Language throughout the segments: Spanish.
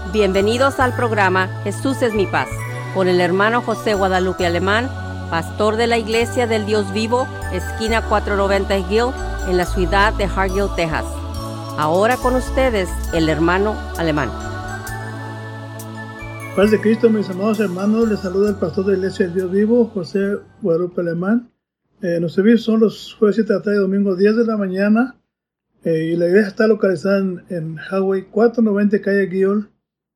Bienvenidos al programa Jesús es mi paz, con el hermano José Guadalupe Alemán, pastor de la Iglesia del Dios Vivo, esquina 490 Hill, en la ciudad de Hargill, Texas. Ahora con ustedes, el hermano Alemán. Paz de Cristo, mis amados hermanos, les saluda el pastor de la Iglesia del Dios Vivo, José Guadalupe Alemán. Los servicios son los jueves 7 de la tarde y domingo 10 de la mañana. Y la iglesia está localizada en Highway 490 calle Gill,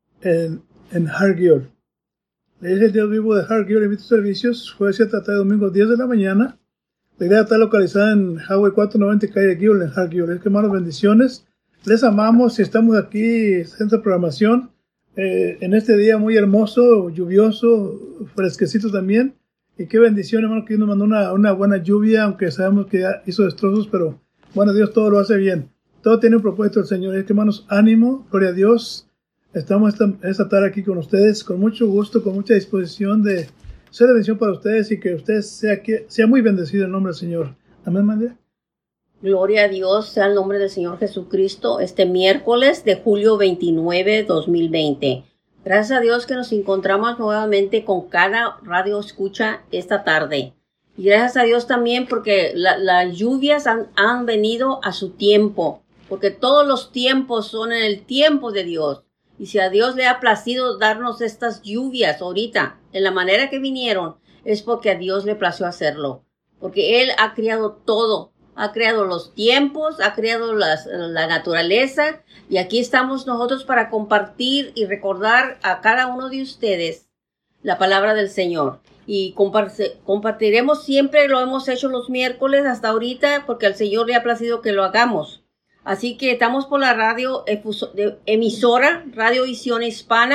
en Hargill. La iglesia del Dios Vivo de Hargill invita servicios jueves 7 de la tarde y domingo 10 de la mañana. La iglesia está localizada en Highway 490 calle Gill, en Hargill. Es que, hermanos, bendiciones. Les amamos y estamos aquí, centro de programación, en este día muy hermoso, lluvioso, fresquecito también. Y qué bendición, hermano, que Dios nos mandó una buena lluvia, aunque sabemos que ya hizo destrozos, pero bueno, Dios todo lo hace bien. Todo tiene un propósito del Señor. Es que, hermanos, ánimo, gloria a Dios. Estamos esta tarde aquí con ustedes, con mucho gusto, con mucha disposición de ser de bendición para ustedes y que ustedes sea muy bendecido en el nombre del Señor. Amén, María. Gloria a Dios, sea el nombre del Señor Jesucristo, este miércoles de julio 29, 2020. Gracias a Dios que nos encontramos nuevamente con cada radio escucha esta tarde. Y gracias a Dios también porque las lluvias han venido a su tiempo, porque todos los tiempos son en el tiempo de Dios. Y si a Dios le ha placido darnos estas lluvias ahorita, en la manera que vinieron, es porque a Dios le plació hacerlo. Porque Él ha creado todo. Ha creado los tiempos, ha creado la naturaleza. Y aquí estamos nosotros para compartir y recordar a cada uno de ustedes la palabra del Señor. Y compartiremos siempre, lo hemos hecho los miércoles hasta ahorita, porque al Señor le ha placido que lo hagamos. Así que estamos por la radio emisora, Radio Visión Hispana,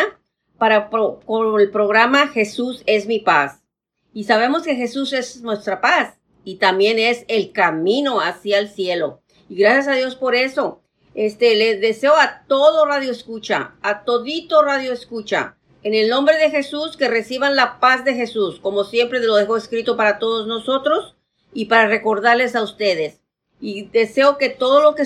con el programa Jesús es mi paz. Y sabemos que Jesús es nuestra paz y también es el camino hacia el cielo. Y gracias a Dios por eso. Les deseo a todo radio escucha, a todito radio escucha, en el nombre de Jesús, que reciban la paz de Jesús. Como siempre lo dejo escrito para todos nosotros y para recordarles a ustedes. Y deseo que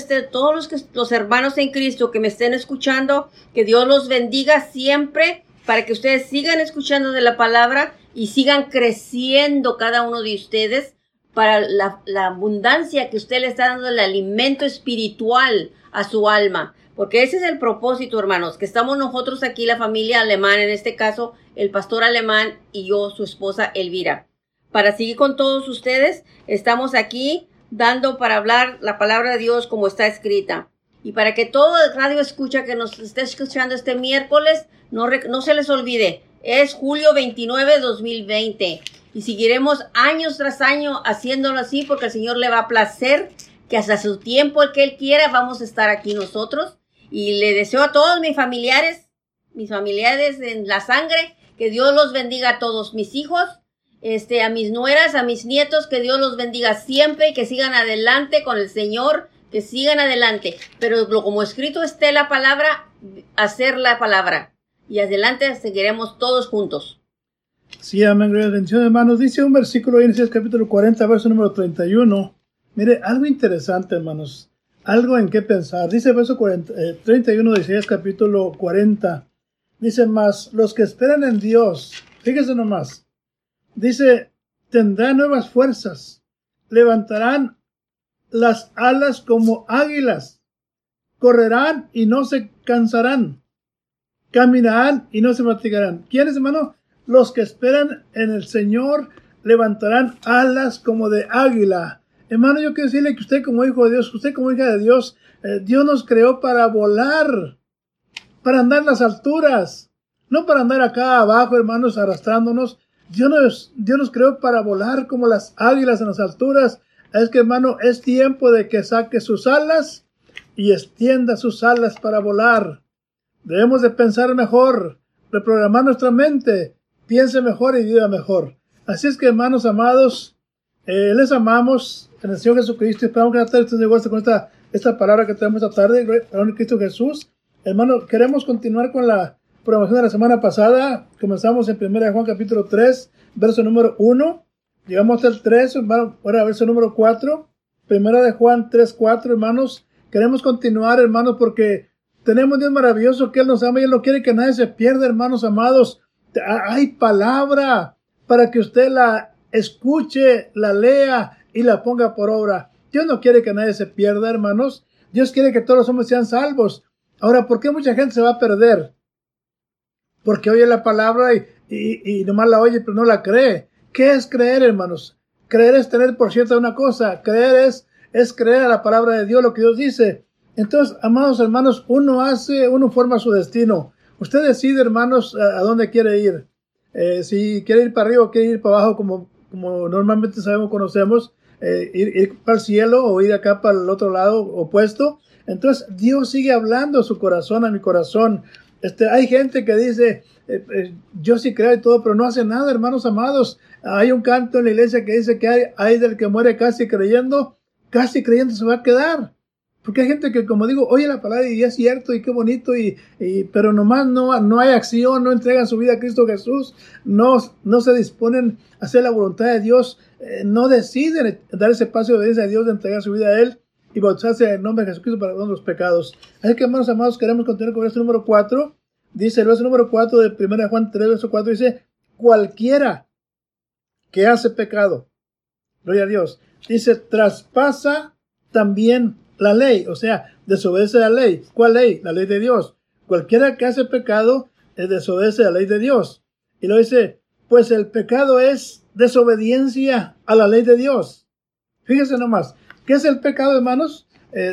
los hermanos en Cristo que me estén escuchando, que Dios los bendiga siempre para que ustedes sigan escuchando de la palabra y sigan creciendo cada uno de ustedes para la abundancia que usted le está dando, el alimento espiritual a su alma. Porque ese es el propósito, hermanos, que estamos nosotros aquí, la familia Alemán, en este caso, el pastor Alemán y yo, su esposa Elvira. Para seguir con todos ustedes, estamos aquí dando para hablar la palabra de Dios como está escrita. Y para que todo el radio escucha que nos esté escuchando este miércoles, no se les olvide, es julio 29, 2020. Y seguiremos años tras año haciéndolo así porque al Señor le va a placer que hasta su tiempo, el que Él quiera, vamos a estar aquí nosotros. Y le deseo a todos mis familiares en la sangre, que Dios los bendiga a todos mis hijos, a mis nueras, a mis nietos, que Dios los bendiga siempre y que sigan adelante con el Señor, que sigan adelante. Pero como escrito esté la palabra, hacer la palabra. Y adelante seguiremos todos juntos. Sí, amén, bendiciones, hermanos. Dice un versículo en Isaías capítulo 40, verso número 31. Mire, algo interesante, hermanos. Algo en qué pensar. Dice el verso 31 de Isaías capítulo 40. Dice, más los que esperan en Dios, fíjense nomás. Dice, tendrán nuevas fuerzas, levantarán las alas como águilas, correrán y no se cansarán, caminarán y no se fatigarán. ¿Quiénes, hermano? Los que esperan en el Señor levantarán alas como de águila. Hermano, yo quiero decirle que usted como hijo de Dios, usted como hija de Dios, Dios nos creó para volar, para andar en las alturas, no para andar acá abajo, hermanos, arrastrándonos. Dios nos creó para volar como las águilas en las alturas. Es que, hermano, es tiempo de que saque sus alas y extienda sus alas para volar. Debemos de pensar mejor, reprogramar nuestra mente, piense mejor y viva mejor. Así es que, hermanos amados, les amamos en el Señor Jesucristo. Esperamos que esta tarde estén de vuelta con esta palabra que tenemos esta tarde, en Cristo Jesús. Hermano, queremos continuar con la programación de la semana pasada. Comenzamos en 1 Juan capítulo 3, verso número 1. Llegamos hasta el 3, ahora verso número 4. 1 Juan 3, 4, hermanos. Queremos continuar, hermanos, porque Tenemos un Dios maravilloso que Él nos ama y Él no quiere que nadie se pierda, hermanos amados. Hay palabra para que usted la escuche, la lea y la ponga por obra. Dios no quiere que nadie se pierda, hermanos. Dios quiere que todos los hombres sean salvos. Ahora, ¿por qué mucha gente se va a perder? Porque oye la palabra y nomás la oye, pero no la cree. ¿Qué es creer, hermanos? Creer es tener por cierto una cosa. Creer es creer a la palabra de Dios, lo que Dios dice. Entonces, amados hermanos, uno forma su destino. Usted decide, hermanos, a dónde quiere ir. Si quiere ir para arriba o quiere ir para abajo, como normalmente conocemos, ir para el cielo o ir acá para el otro lado opuesto. Entonces, Dios sigue hablando a su corazón, a mi corazón. Hay gente que dice, yo sí creo y todo, pero no hace nada, hermanos amados. Hay un canto en la iglesia que dice que hay del que muere casi creyendo se va a quedar. Porque hay gente que, como digo, oye la palabra y es cierto y qué bonito, pero nomás no hay acción, no entregan su vida a Cristo Jesús, no se disponen a hacer la voluntad de Dios, no deciden dar ese paso de obediencia a Dios, de entregar su vida a Él y bautizarse en el nombre de Jesucristo para perdonar los pecados. Así que, hermanos amados, queremos continuar con el verso número 4. Dice el verso número 4 de 1 Juan 3, verso 4, dice, cualquiera que hace pecado, gloria a Dios, dice, traspasa también la ley, o sea, desobedece la ley. ¿Cuál ley? La ley de Dios. Cualquiera que hace pecado desobedece la ley de Dios. Y lo dice, pues el pecado es desobediencia a la ley de Dios. Fíjese nomás, ¿qué es el pecado, hermanos?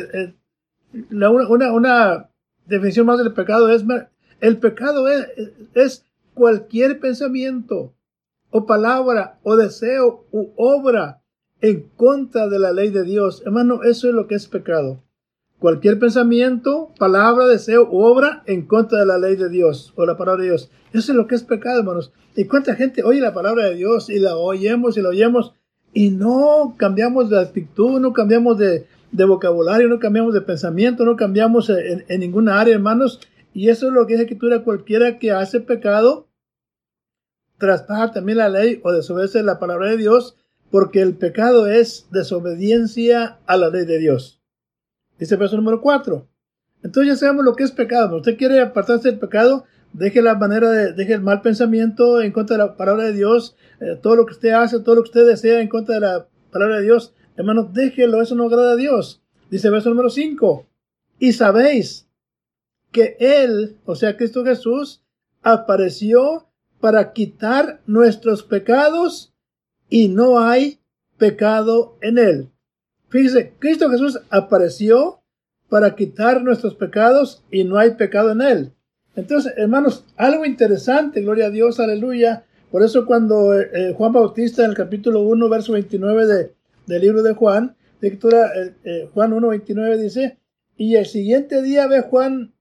Una definición más del pecado es, el pecado es cualquier pensamiento o palabra o deseo u obra en contra de la ley de Dios. Hermano, eso es lo que es pecado. Cualquier pensamiento, palabra, deseo u obra en contra de la ley de Dios o la palabra de Dios. Eso es lo que es pecado, hermanos. ¿Y cuánta gente oye la palabra de Dios y la oyemos y no cambiamos de actitud, no cambiamos de vocabulario, no cambiamos de pensamiento, no cambiamos en ninguna área, hermanos? Y eso es lo que dice la Escritura: cualquiera que hace pecado traspasa también la ley o desobedece la palabra de Dios, porque el pecado es desobediencia a la ley de Dios. Dice el verso número 4. Entonces ya sabemos lo que es pecado. Usted quiere apartarse del pecado, deje el mal pensamiento en contra de la palabra de Dios, todo lo que usted hace, todo lo que usted desea en contra de la palabra de Dios, hermano, déjelo, eso no agrada a Dios. Dice el verso número 5. Y sabéis que Él, o sea, Cristo Jesús, apareció para quitar nuestros pecados y no hay pecado en Él. Fíjese, Cristo Jesús apareció para quitar nuestros pecados y no hay pecado en Él. Entonces, hermanos, algo interesante, gloria a Dios, aleluya. Por eso cuando Juan Bautista en el capítulo 1, verso 29 del libro de Juan, lectura Juan 1, 29 dice, y el siguiente día ve Juan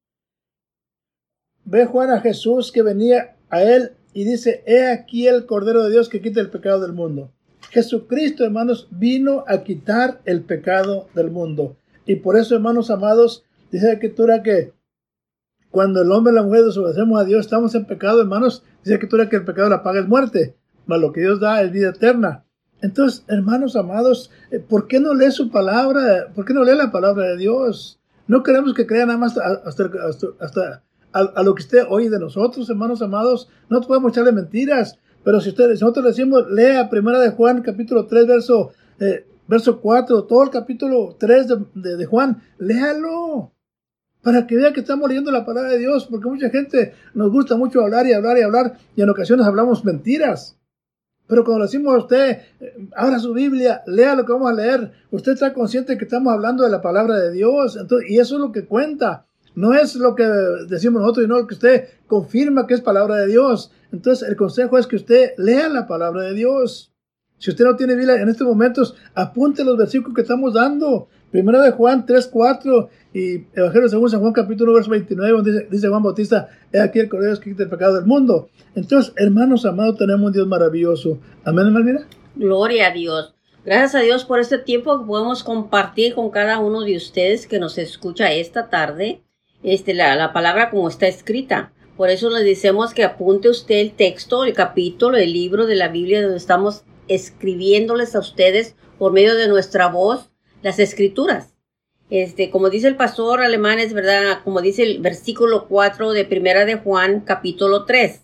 a Jesús que venía a él y dice, he aquí el Cordero de Dios que quita el pecado del mundo. Jesucristo, hermanos, vino a quitar el pecado del mundo. Y por eso, hermanos amados, dice la Escritura que cuando el hombre y la mujer desobedecemos a Dios, estamos en pecado, hermanos. Dice la Escritura que el pecado la paga es muerte, mas lo que Dios da es vida eterna. Entonces, hermanos amados, ¿por qué no lee su palabra? ¿Por qué no lee la palabra de Dios? No queremos que crea nada más hasta a lo que usted oye de nosotros, hermanos amados. No podemos echarle mentiras. Pero si nosotros le decimos, lea 1 de Juan, capítulo 3, verso 4, todo el capítulo 3 de Juan, léalo, para que vea que estamos leyendo la palabra de Dios, porque mucha gente nos gusta mucho hablar, y en ocasiones hablamos mentiras. Pero cuando le decimos a usted, abra su Biblia, lea lo que vamos a leer, usted está consciente de que estamos hablando de la palabra de Dios, entonces, y eso es lo que cuenta. No es lo que decimos nosotros, sino lo que usted confirma que es palabra de Dios. Entonces, el consejo es que usted lea la palabra de Dios. Si usted no tiene Biblia en estos momentos, apunte los versículos que estamos dando. 1 de Juan 3, 4 y Evangelio según San Juan capítulo 1, verso 29, donde dice Juan Bautista, he aquí el Cordero de Dios que quita el pecado del mundo. Entonces, hermanos amados, tenemos un Dios maravilloso. Amén, Malvina. Gloria a Dios. Gracias a Dios por este tiempo que podemos compartir con cada uno de ustedes que nos escucha esta tarde. La palabra como está escrita. Por eso les decimos que apunte usted el texto, el capítulo, el libro de la Biblia donde estamos escribiéndoles a ustedes por medio de nuestra voz las escrituras. Como dice el pastor alemán, es verdad, como dice el versículo 4 de Primera de Juan, capítulo 3.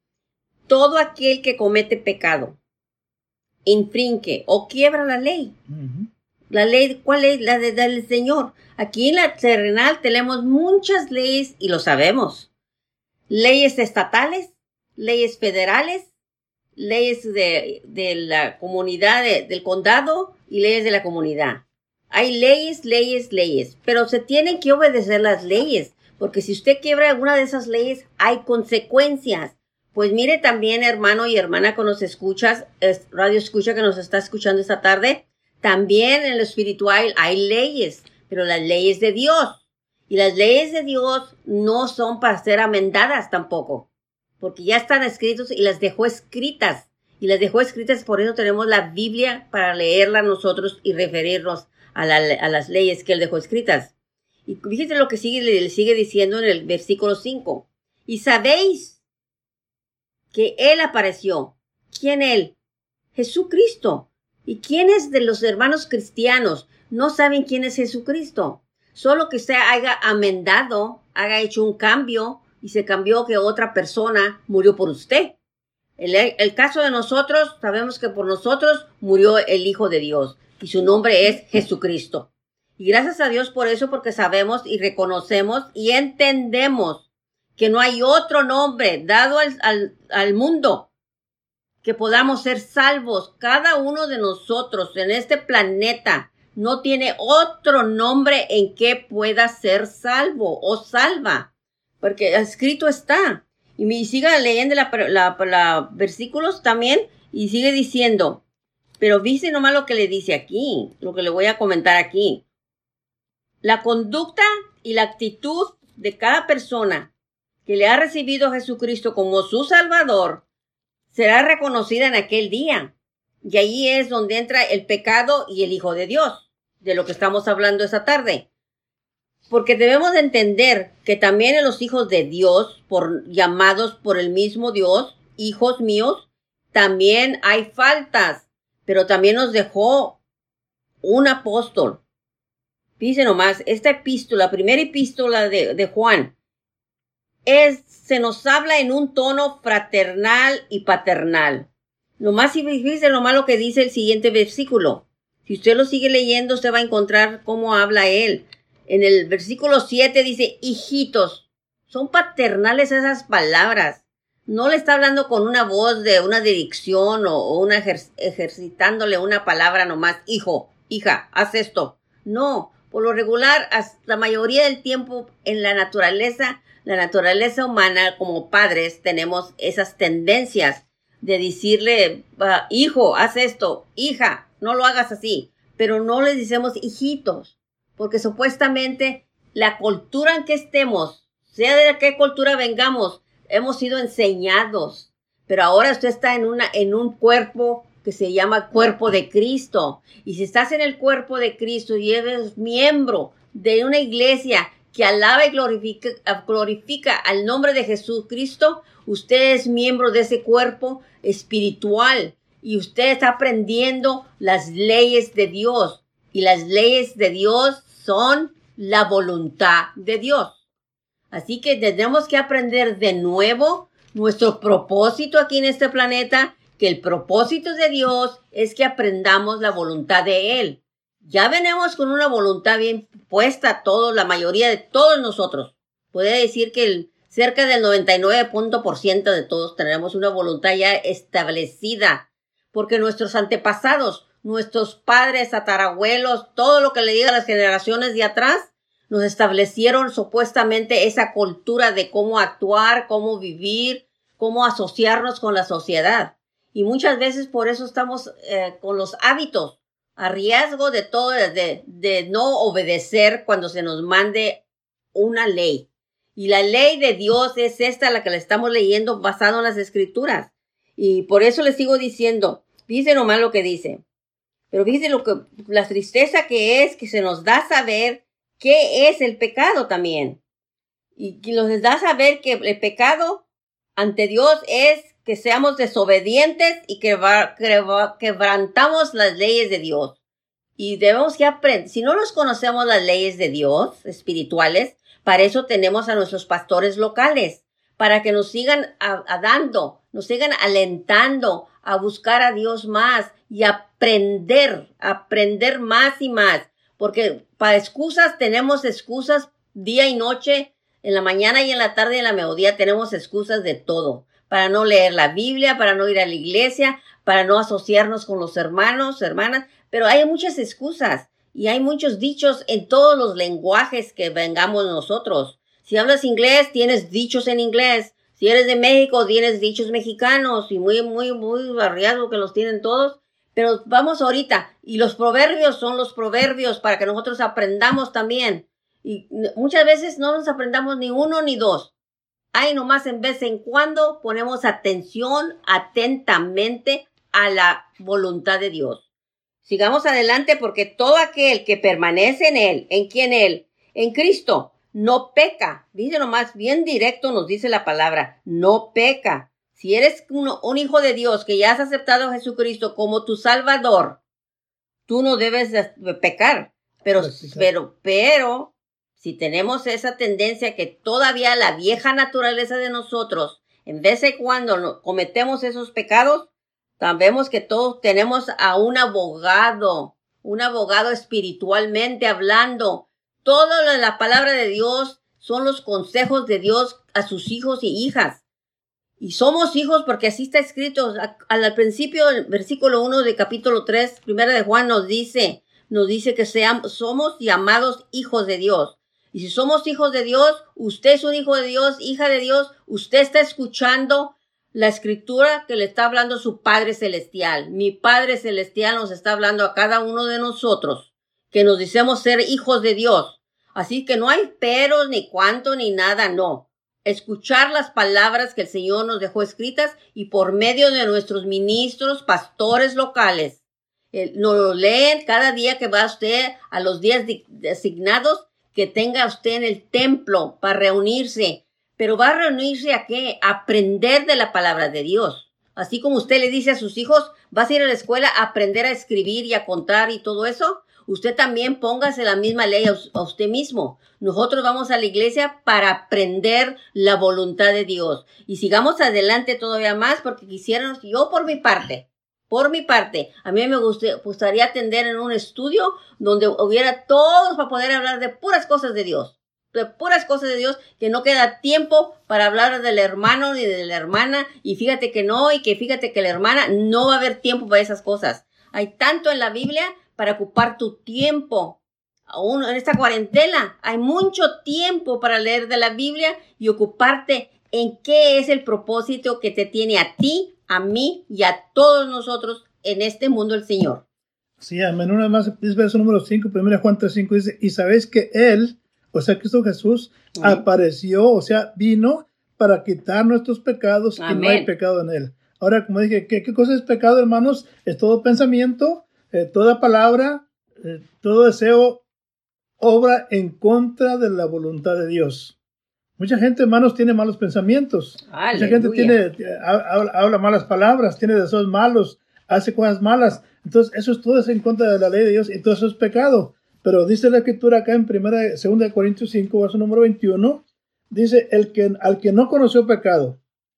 Todo aquel que comete pecado, infringe o quiebra la ley. La ley, ¿cuál es? La del Señor. Aquí en la terrenal tenemos muchas leyes y lo sabemos. Leyes estatales, leyes federales, leyes de la comunidad, del condado y leyes de la comunidad. Hay leyes, pero se tienen que obedecer las leyes, porque si usted quiebra alguna de esas leyes, hay consecuencias. Pues mire también, hermano y hermana que nos escuchas, radio escucha que nos está escuchando esta tarde, también en lo espiritual hay leyes, pero las leyes de Dios. Y las leyes de Dios no son para ser amendadas tampoco, porque ya están escritos y las dejó escritas. Y las dejó escritas, por eso tenemos la Biblia para leerla nosotros y referirnos a las leyes que él dejó escritas. Y fíjense lo que le sigue diciendo en el versículo 5. Y sabéis que él apareció. ¿Quién él? Jesucristo. ¿Y quiénes de los hermanos cristianos no saben quién es Jesucristo? Solo que usted haya amendado, haya hecho un cambio y se cambió que otra persona murió por usted. El caso de nosotros, sabemos que por nosotros murió el Hijo de Dios y su nombre es Jesucristo. Y gracias a Dios por eso, porque sabemos y reconocemos y entendemos que no hay otro nombre dado al mundo que podamos ser salvos. Cada uno de nosotros en este planeta no tiene otro nombre en que pueda ser salvo o salva, porque escrito está. Y siga leyendo la versículos también y sigue diciendo, pero dice nomás lo que le dice aquí, lo que le voy a comentar aquí. La conducta y la actitud de cada persona que le ha recibido a Jesucristo como su Salvador será reconocida en aquel día. Y ahí es donde entra el pecado y el Hijo de Dios, de lo que estamos hablando esta tarde. Porque debemos de entender que también en los hijos de Dios, llamados por el mismo Dios, hijos míos, también hay faltas. Pero también nos dejó un apóstol. Dice nomás, esta epístola, primera epístola de Juan, se nos habla en un tono fraternal y paternal. Nomás, fíjese nomás lo que dice el siguiente versículo. Si usted lo sigue leyendo, usted va a encontrar cómo habla él. En el versículo 7 dice, hijitos. Son paternales esas palabras. No le está hablando con una voz de una dirección o ejercitándole una palabra nomás. Hijo, hija, haz esto. No, por lo regular, la mayoría del tiempo en la naturaleza humana, como padres, tenemos esas tendencias de decirle, hijo, haz esto, hija, no lo hagas así. Pero no les decimos hijitos. Porque supuestamente la cultura en que estemos, sea de qué cultura vengamos, hemos sido enseñados. Pero ahora usted está en un cuerpo que se llama cuerpo de Cristo. Y si estás en el cuerpo de Cristo y eres miembro de una iglesia que alaba y glorifica al nombre de Jesucristo, usted es miembro de ese cuerpo espiritual. Y usted está aprendiendo las leyes de Dios. Y las leyes de Dios son la voluntad de Dios. Así que tenemos que aprender de nuevo nuestro propósito aquí en este planeta, que el propósito de Dios es que aprendamos la voluntad de Él. Ya venimos con una voluntad bien puesta, la mayoría de todos nosotros. Puede decir que cerca del 99% de todos tenemos una voluntad ya establecida, porque nuestros antepasados, nuestros padres, tatarabuelos, todo lo que le digan las generaciones de atrás, nos establecieron supuestamente esa cultura de cómo actuar, cómo vivir, cómo asociarnos con la sociedad. Y muchas veces por eso estamos con los hábitos, a riesgo de todo, de no obedecer cuando se nos mande una ley. Y la ley de Dios es esta, la que le estamos leyendo basado en las Escrituras. Y por eso les sigo diciendo, fíjense nomás lo que dice. Pero fíjense la tristeza que es que se nos da a saber qué es el pecado también. Y nos da a saber que el pecado ante Dios es que seamos desobedientes y que quebrantamos las leyes de Dios. Y debemos que aprender. Si no nos conocemos las leyes de Dios espirituales, para eso tenemos a nuestros pastores locales, para que nos sigan dando, nos sigan alentando a buscar a Dios más y aprender más y más. Porque para excusas tenemos excusas día y noche, en la mañana y en la tarde y en la mediodía tenemos excusas de todo. Para no leer la Biblia, para no ir a la iglesia, para no asociarnos con los hermanos, hermanas. Pero hay muchas excusas y hay muchos dichos en todos los lenguajes que vengamos nosotros. Si hablas inglés, tienes dichos en inglés. Si eres de México, tienes dichos mexicanos y muy variados que los tienen todos. Pero vamos ahorita, y los proverbios son los proverbios para que nosotros aprendamos también. Y muchas veces no nos aprendamos ni uno ni dos. Ahí nomás en vez en cuando ponemos atención atentamente a la voluntad de Dios. Sigamos adelante porque todo aquel que permanece en Él, ¿en quién Él? En Cristo, no peca. Dice nomás, bien directo nos dice la palabra, no peca. Si eres un hijo de Dios que ya has aceptado a Jesucristo como tu Salvador, tú no debes de pecar. Pero si tenemos esa tendencia que todavía la vieja naturaleza de nosotros, en vez de cuando cometemos esos pecados, sabemos que todos tenemos a un abogado espiritualmente hablando. Todo lo de la palabra de Dios son los consejos de Dios a sus hijos y hijas. Y somos hijos porque así está escrito. Al principio, el versículo 1 de capítulo 3, primera de Juan nos dice que somos llamados hijos de Dios. Y si somos hijos de Dios, usted es un hijo de Dios, hija de Dios, usted está escuchando la escritura que le está hablando su Padre Celestial. Mi Padre Celestial nos está hablando a cada uno de nosotros, que nos decimos ser hijos de Dios. Así que no hay peros, ni cuánto, ni nada, no. Escuchar las palabras que el Señor nos dejó escritas y por medio de nuestros ministros, pastores locales. Nos lo leen cada día que va usted a los días designados que tenga usted en el templo para reunirse. Pero va a reunirse ¿a qué? A aprender de la palabra de Dios. Así como usted le dice a sus hijos, vas a ir a la escuela a aprender a escribir y a contar y todo eso. Usted también póngase la misma ley a usted mismo. Nosotros vamos a la iglesia para aprender la voluntad de Dios. Y sigamos adelante todavía más porque quisiéramos, yo por mi parte, a mí me gustaría atender en un estudio donde hubiera todos para poder hablar de puras cosas de Dios. De puras cosas de Dios, que no queda tiempo para hablar del hermano ni de la hermana, y fíjate que no, y que fíjate que la hermana, no va a haber tiempo para esas cosas. Hay tanto en la Biblia para ocupar tu tiempo. Aún en esta cuarentena hay mucho tiempo para leer de la Biblia y ocuparte en qué es el propósito que te tiene a ti, a mí y a todos nosotros en este mundo el Señor. Sí, amén. Una más, es verso número 5, 1 Juan 3:5 dice, y sabéis que Él, o sea, Cristo Jesús, apareció, o sea, vino para quitar nuestros pecados. Amén. Y no hay pecado en Él. Ahora, como dije, ¿qué cosa es pecado, hermanos? Es todo pensamiento, toda palabra, todo deseo, obra en contra de la voluntad de Dios. Mucha gente, hermanos, tiene malos pensamientos. Aleluya. Mucha gente habla malas palabras, tiene deseos malos, hace cosas malas. Entonces, todo es en contra de la ley de Dios y todo eso es pecado. Pero dice la escritura acá en 2 Corintios 5, verso número 21, dice, al que no conoció pecado.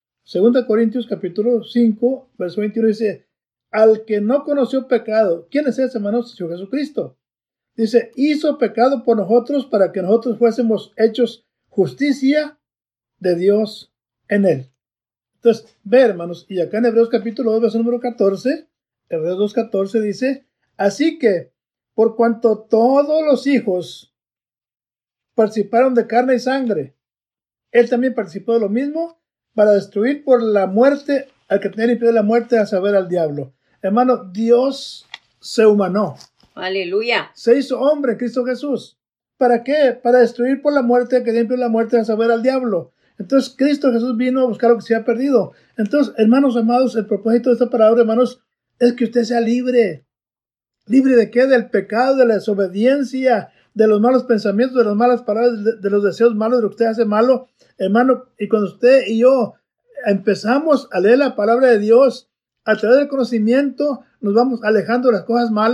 2 Corintios capítulo 5, verso 21 dice, al que no conoció pecado. ¿Quién es ese, hermanos? Jesucristo. Dice, hizo pecado por nosotros para que nosotros fuésemos hechos justicia de Dios en él. Entonces, ve, hermanos, y acá en Hebreos capítulo 2, verso número 14, Hebreos 2:14 dice, así que por cuanto todos los hijos participaron de carne y sangre, él también participó de lo mismo para destruir por la muerte al que tenía impidido la muerte, a saber, al diablo. Hermano, Dios se humanó. Aleluya. Se hizo hombre en Cristo Jesús. ¿Para qué? Para destruir por la muerte al que tenía impidido la muerte, a saber, al diablo. Entonces, Cristo Jesús vino a buscar lo que se había perdido. Entonces, hermanos amados, el propósito de esta palabra, hermanos, es que usted sea libre. ¿Libre de qué? Del pecado, de la desobediencia, de los malos pensamientos, de las malas palabras, de los deseos malos, de lo que usted hace malo, hermano. Y cuando usted y yo empezamos a leer la palabra de Dios, a través del conocimiento, nos vamos alejando de las cosas malas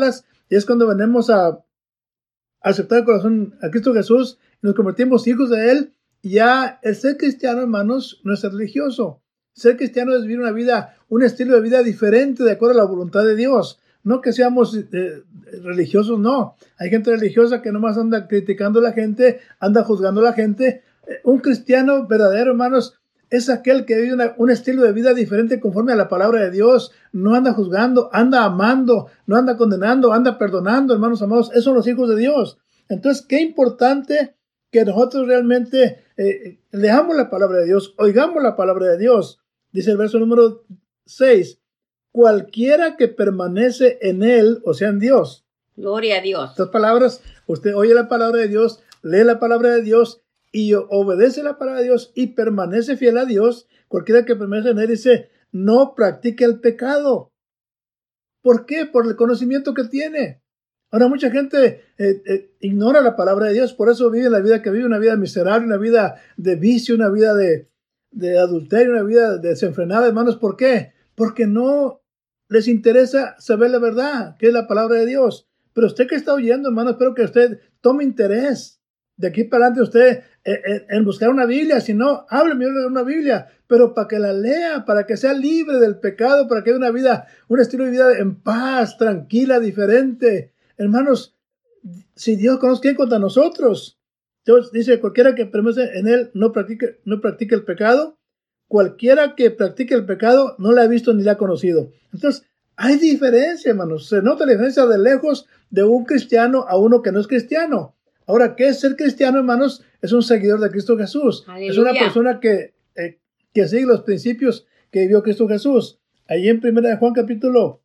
Y es cuando venimos a aceptar el corazón a Cristo Jesús y nos convertimos hijos de Él. Ya el ser cristiano, hermanos, no es ser religioso. Ser cristiano es vivir una vida, un estilo de vida diferente de acuerdo a la voluntad de Dios. No que seamos religiosos, no. Hay gente religiosa que nomás anda criticando a la gente, anda juzgando a la gente. Un cristiano verdadero, hermanos, es aquel que vive un estilo de vida diferente conforme a la palabra de Dios. No anda juzgando, anda amando, no anda condenando, anda perdonando, hermanos amados. Esos son los hijos de Dios. Entonces, qué importante que nosotros realmente leamos la palabra de Dios, oigamos la palabra de Dios. Dice el verso número 6, cualquiera que permanece en Él, o sea, en Dios. Gloria a Dios. Estas palabras, usted oye la palabra de Dios, lee la palabra de Dios y obedece la palabra de Dios y permanece fiel a Dios. Cualquiera que permanece en Él, dice, no practique el pecado. ¿Por qué? Por el conocimiento que tiene. Ahora mucha gente ignora la palabra de Dios, por eso vive la vida que vive, una vida miserable, una vida de vicio, una vida de adulterio, una vida desenfrenada, hermanos. ¿Por qué? Porque no les interesa saber la verdad, que es la palabra de Dios. Pero usted que está oyendo, hermano, espero que usted tome interés de aquí para adelante usted en buscar una Biblia. Si no, hábleme de una Biblia, pero para que la lea, para que sea libre del pecado, para que haya una vida, un estilo de vida en paz, tranquila, diferente. Hermanos, si Dios conoce quién contra nosotros. Dios dice, cualquiera que permanece en Él no practique el pecado. Cualquiera que practique el pecado no la ha visto ni la ha conocido. Entonces, hay diferencia, hermanos. Se nota la diferencia de lejos de un cristiano a uno que no es cristiano. Ahora, ¿qué es ser cristiano, hermanos? Es un seguidor de Cristo Jesús. Aleluya. Es una persona que sigue los principios que vivió Cristo Jesús. Allí en 1 de Juan capítulo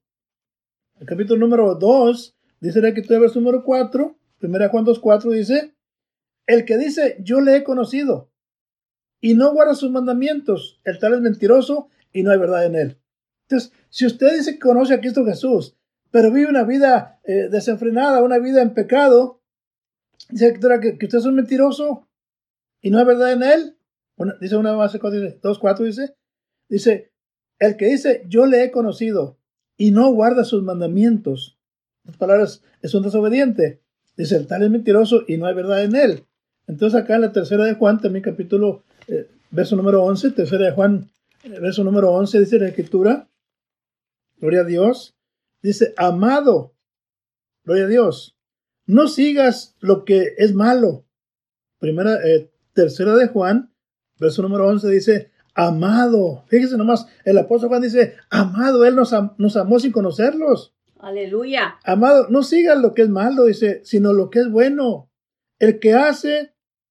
número 2, dice la escritura, verso número 4, 1 de Juan 2:4 dice, el que dice, yo le he conocido, y no guarda sus mandamientos, el tal es mentiroso y no hay verdad en él. Entonces, si usted dice que conoce a Cristo Jesús, pero vive una vida desenfrenada, una vida en pecado, dice que usted es un mentiroso y no hay verdad en él. Dice una más, 2:4 dice, el que dice, yo le he conocido y no guarda sus mandamientos. Las palabras es un desobediente. Dice, el tal es mentiroso y no hay verdad en él. Entonces acá en la tercera de Juan, también capítulo, verso número 11, tercera de Juan, verso número 11, dice la escritura, gloria a Dios, dice, amado, gloria a Dios, no sigas lo que es malo. Tercera de Juan, verso número 11, dice, amado. Fíjese nomás, el apóstol Juan dice, amado, Él nos amó sin conocerlos. Aleluya. Amado, no sigas lo que es malo, dice, sino lo que es bueno. El que hace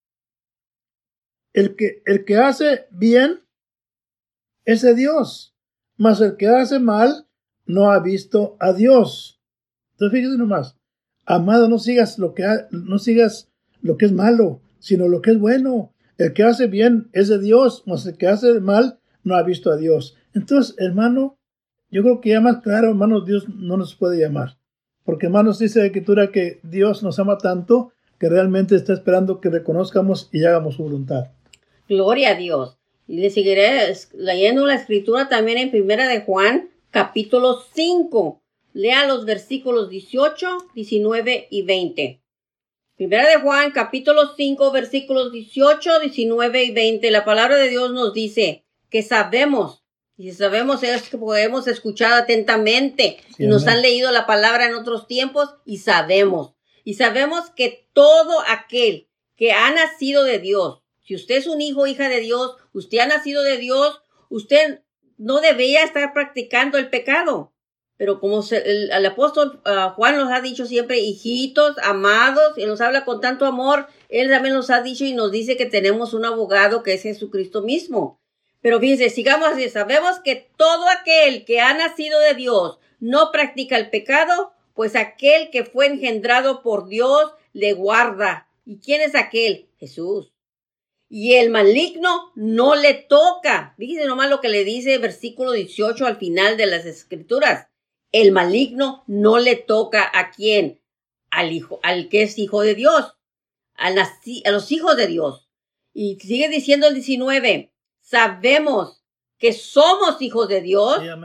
bien es de Dios, mas el que hace mal no ha visto a Dios. Entonces fíjese nomás, amado, no sigas lo que es malo, sino lo que es bueno. El que hace bien es de Dios, mas el que hace mal no ha visto a Dios. Entonces, hermano, yo creo que ya más claro, hermanos, Dios no nos puede llamar. Porque, hermanos, dice la escritura que Dios nos ama tanto que realmente está esperando que reconozcamos y hagamos su voluntad. Gloria a Dios. Y le seguiré leyendo la escritura también en 1 de Juan, capítulo 5. Lea los versículos 18, 19 y 20. 1 de Juan, capítulo 5, versículos 18, 19 y 20. La palabra de Dios nos dice que sabemos, y si sabemos es que podemos escuchar atentamente, sí, y nos han leído la palabra en otros tiempos, y sabemos que todo aquel que ha nacido de Dios, si usted es un hijo o hija de Dios, usted ha nacido de Dios, usted no debería estar practicando el pecado. Pero como el apóstol Juan nos ha dicho siempre, hijitos, amados, y nos habla con tanto amor, él también nos ha dicho y nos dice que tenemos un abogado que es Jesucristo mismo. Pero fíjense, sigamos así, sabemos que todo aquel que ha nacido de Dios no practica el pecado, pues aquel que fue engendrado por Dios le guarda. ¿Y quién es aquel? Jesús. Y el maligno no le toca. Fíjense nomás lo que le dice el versículo 18 al final de las Escrituras. El maligno no le toca ¿a quién? Al que es hijo de Dios, a los hijos de Dios. Y sigue diciendo el 19, sabemos que somos hijos de Dios, sí, amén,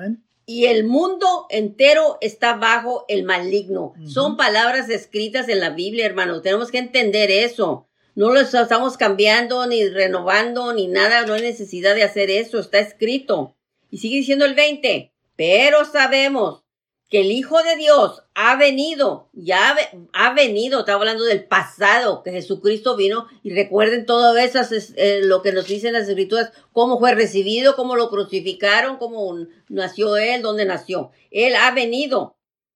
y el mundo entero está bajo el maligno. Son palabras escritas en la Biblia, hermanos. Tenemos que entender eso. No lo estamos cambiando, ni renovando, ni nada. No hay necesidad de hacer eso. Está escrito. Y sigue diciendo el 20. Pero sabemos que el Hijo de Dios ha venido, ya ha venido, está hablando del pasado, que Jesucristo vino, y recuerden todo eso, lo que nos dicen las Escrituras, cómo fue recibido, cómo lo crucificaron, cómo nació Él, dónde nació. Él ha venido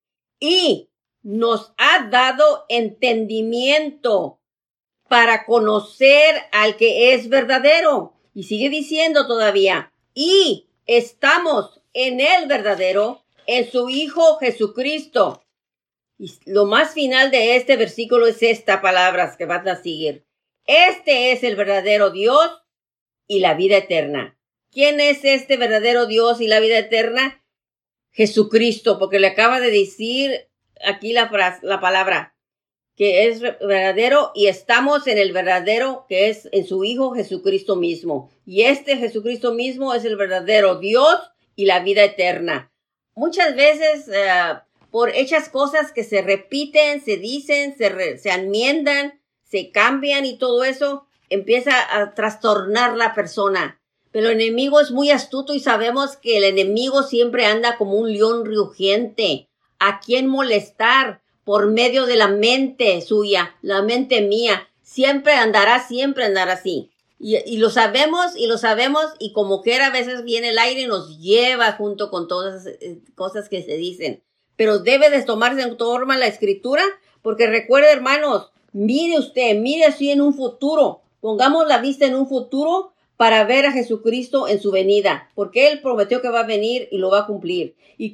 y nos ha dado entendimiento para conocer al que es verdadero. Y sigue diciendo todavía, y estamos en el verdadero, en su Hijo Jesucristo. Y lo más final de este versículo es esta palabra que van a seguir. Este es el verdadero Dios y la vida eterna. ¿Quién es este verdadero Dios y la vida eterna? Jesucristo, porque le acaba de decir aquí la palabra, que es verdadero, y estamos en el verdadero, que es en su Hijo Jesucristo mismo. Y este Jesucristo mismo es el verdadero Dios y la vida eterna. Muchas veces, por hechas cosas que se repiten, se dicen, se enmiendan, se cambian y todo eso, empieza a trastornar la persona. Pero el enemigo es muy astuto y sabemos que el enemigo siempre anda como un león rugiente. ¿A quién molestar? Por medio de la mente suya, la mente mía. Siempre andará así. Y lo sabemos, y como quiera a veces viene el aire y nos lleva junto con todas esas cosas que se dicen. Pero debe de tomarse en forma la Escritura, porque recuerde, hermanos, mire así en un futuro. Pongamos la vista en un futuro para ver a Jesucristo en su venida, porque Él prometió que va a venir y lo va a cumplir. Y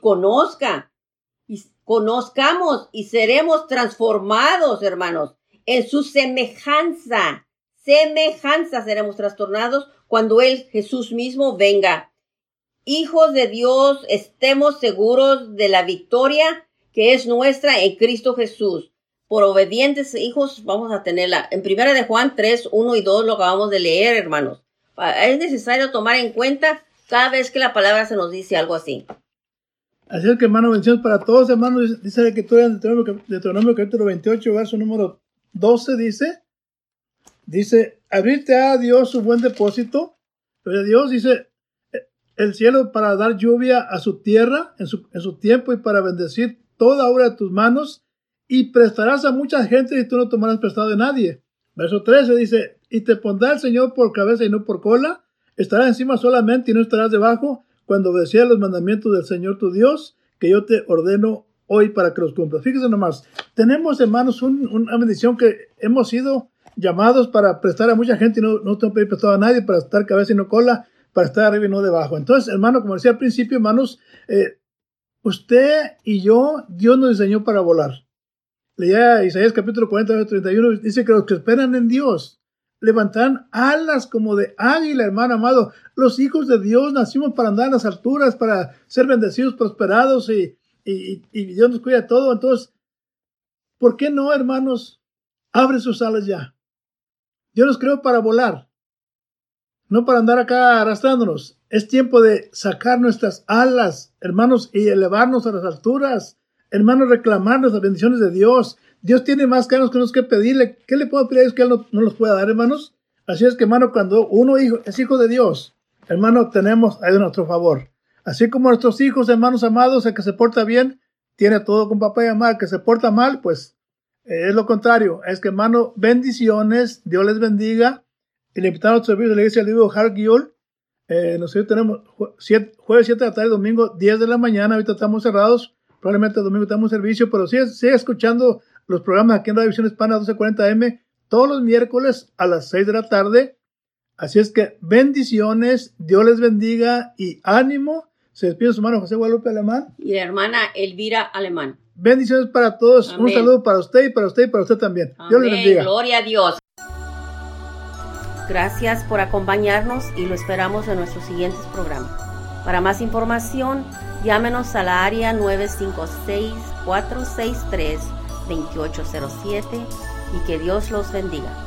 conozcamos y seremos transformados, hermanos, en su semejanza seremos trastornados cuando Él, Jesús mismo, venga. Hijos de Dios, estemos seguros de la victoria que es nuestra en Cristo Jesús. Por obedientes hijos vamos a tenerla. En 1 de Juan 3, 1 y 2 lo acabamos de leer, hermanos. Es necesario tomar en cuenta cada vez que la palabra se nos dice algo así. Así es que, hermano, bendiciones para todos, hermanos. Dice la Escritura en Deuteronomio capítulo 28, verso número 12, dice, abrirte a Dios su buen depósito. Pero Dios dice, el cielo para dar lluvia a su tierra en su tiempo y para bendecir toda obra de tus manos, y prestarás a mucha gente y tú no tomarás prestado de nadie. Verso 13 dice, y te pondrá el Señor por cabeza y no por cola, estarás encima solamente y no estarás debajo, cuando obedecieras los mandamientos del Señor tu Dios, que yo te ordeno hoy para que los cumplas. Fíjense nomás, tenemos, hermanos, una bendición que hemos sido llamados para prestar a mucha gente y no tengo que pedir prestado a nadie, para estar cabeza y no cola, para estar arriba y no debajo. Entonces, hermano, como decía al principio, hermanos, usted y yo, Dios nos diseñó para volar. Leía Isaías capítulo 40, verso 31, dice que los que esperan en Dios levantarán alas como de águila, hermano amado. Los hijos de Dios nacimos para andar en las alturas, para ser bendecidos, prosperados, y Dios nos cuida todo. Entonces, ¿por qué no, hermanos? Abre sus alas ya. Dios nos creó para volar, no para andar acá arrastrándonos. Es tiempo de sacar nuestras alas, hermanos, y elevarnos a las alturas. Hermanos, reclamarnos las bendiciones de Dios. Dios tiene más que nosotros que pedirle. ¿Qué le puedo pedir a Dios que Él no nos pueda dar, hermanos? Así es que, hermano, cuando uno es hijo de Dios, hermano, tenemos a Dios a nuestro favor. Así como nuestros hijos, hermanos amados, el que se porta bien, tiene todo con papá y mamá. El que se porta mal, pues, es lo contrario. Es que, hermano, bendiciones, Dios les bendiga. Y le invitamos a nuestro servicio de la iglesia del libro Hard Guild. Nosotros tenemos jueves 7 de la tarde, domingo 10 de la mañana. Ahorita estamos cerrados. Probablemente el domingo estamos en servicio, pero sigue escuchando los programas aquí en Radio Visión Hispana 1240M todos los miércoles a las 6 de la tarde. Así es que bendiciones, Dios les bendiga y ánimo. Se despide su hermano José Guadalupe Alemán y la hermana Elvira Alemán. Bendiciones para todos. Amén. Un saludo para usted y para usted y para usted también. Amén. Dios les bendiga. Gloria a Dios. Gracias por acompañarnos y lo esperamos en nuestros siguientes programas. Para más información, llámenos a la área 956-463-2807 y que Dios los bendiga.